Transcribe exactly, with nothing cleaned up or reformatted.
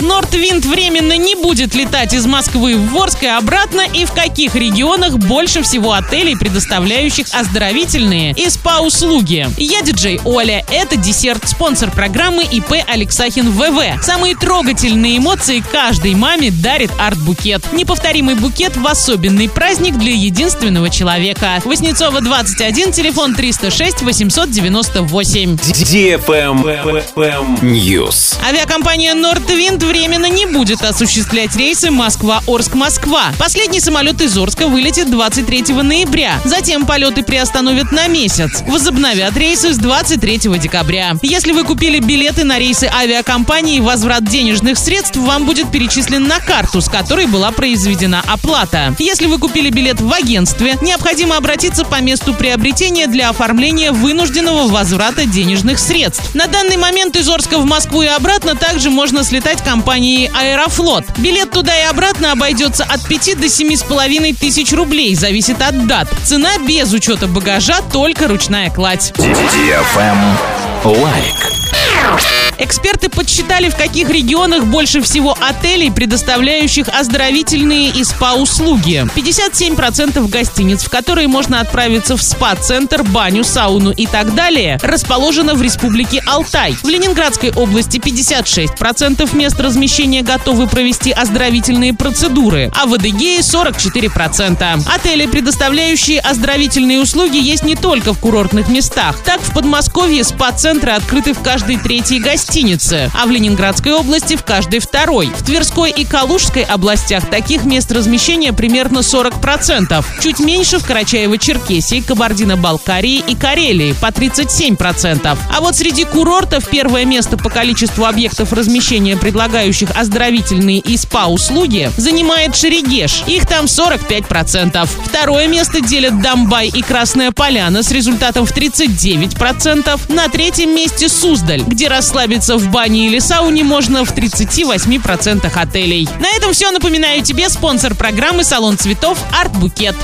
Нордвинд временно не будет летать из Москвы в Орск и обратно, и в каких регионах больше всего отелей, предоставляющих оздоровительные и спа-услуги. Я диджей Оля. Это десерт, спонсор программы ИП Алексахин ВВ. Самые трогательные эмоции каждой маме дарит арт-букет. Неповторимый букет в особенный праздник для единственного человека. Васнецова, двадцать один, телефон триста шесть восемьсот девяносто восемь. News. Авиакомпания Нордвинд временно не будет осуществлять рейсы Москва-Орск-Москва. Последний самолет из Орска вылетит двадцать третьего ноября. Затем полеты приостановят на месяц. Возобновят рейсы с двадцать третьего декабря. Если вы купили билеты на рейсы авиакомпании, возврат денежных средств вам будет перечислен на карту, с которой была произведена оплата. Если вы купили билет в агентстве, необходимо обратиться по месту приобретения для оформления вынужденного возврата денежных средств. На данный момент из Орска в Москву и обратно также можно слетать компанией «Аэрофлот». Билет туда и обратно обойдется от пяти до семи с половиной тысяч рублей, зависит от дат. Цена без учета багажа, только ручная кладь. Лайк. Эксперты подсчитали, в каких регионах больше всего отелей, предоставляющих оздоровительные и спа-услуги. пятьдесят семь процентов гостиниц, в которые можно отправиться в спа-центр, баню, сауну и так далее, расположено в республике Алтай. В Ленинградской области пятьдесят шесть процентов мест размещения готовы провести оздоровительные процедуры, а в Адыгее сорок четыре процента. Отели, предоставляющие оздоровительные услуги, есть не только в курортных местах. Так, в Подмосковье спа-центры открыты в каждой третьей гостинице, а в Ленинградской области в каждой второй. В Тверской и Калужской областях таких мест размещения примерно сорок процентов. Чуть меньше в Карачаево-Черкесии, Кабардино-Балкарии и Карелии по тридцать семь процентов. А вот среди курортов первое место по количеству объектов размещения, предлагающих оздоровительные и спа-услуги, занимает Шерегеш. Их там сорок пять процентов. Второе место делят Домбай и Красная Поляна с результатом в тридцать девять процентов. На третьем месте Суздаль, где расслабиться в бане или сауне можно в тридцати восьми процентах отелей. На этом все. Напоминаю тебе, спонсор программы салон цветов «Арт-букет».